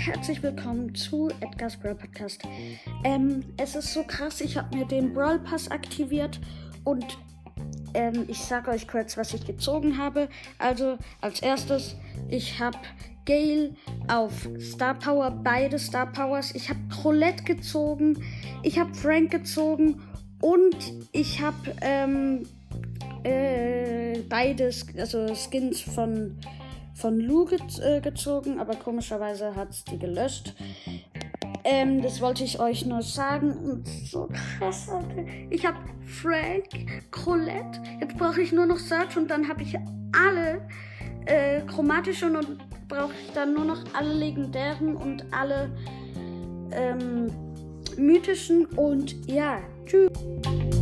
herzlich willkommen zu Edgar's Brawl Podcast. Es ist so krass, ich habe mir den Brawl Pass aktiviert und ich sage euch kurz, was ich gezogen habe. Also als erstes, ich habe Gale auf Star Power, beide Star Powers. Ich habe Colette gezogen, ich habe Frank gezogen und ich habe beides, also Skins von Lu gezogen, aber komischerweise hat es die gelöscht. Das wollte ich euch nur sagen. Und so krass, Alter. Ich habe Frank, Colette, jetzt brauche ich nur noch Search und dann habe ich alle chromatischen und brauche ich dann nur noch alle legendären und alle mythischen und ja, tschüss.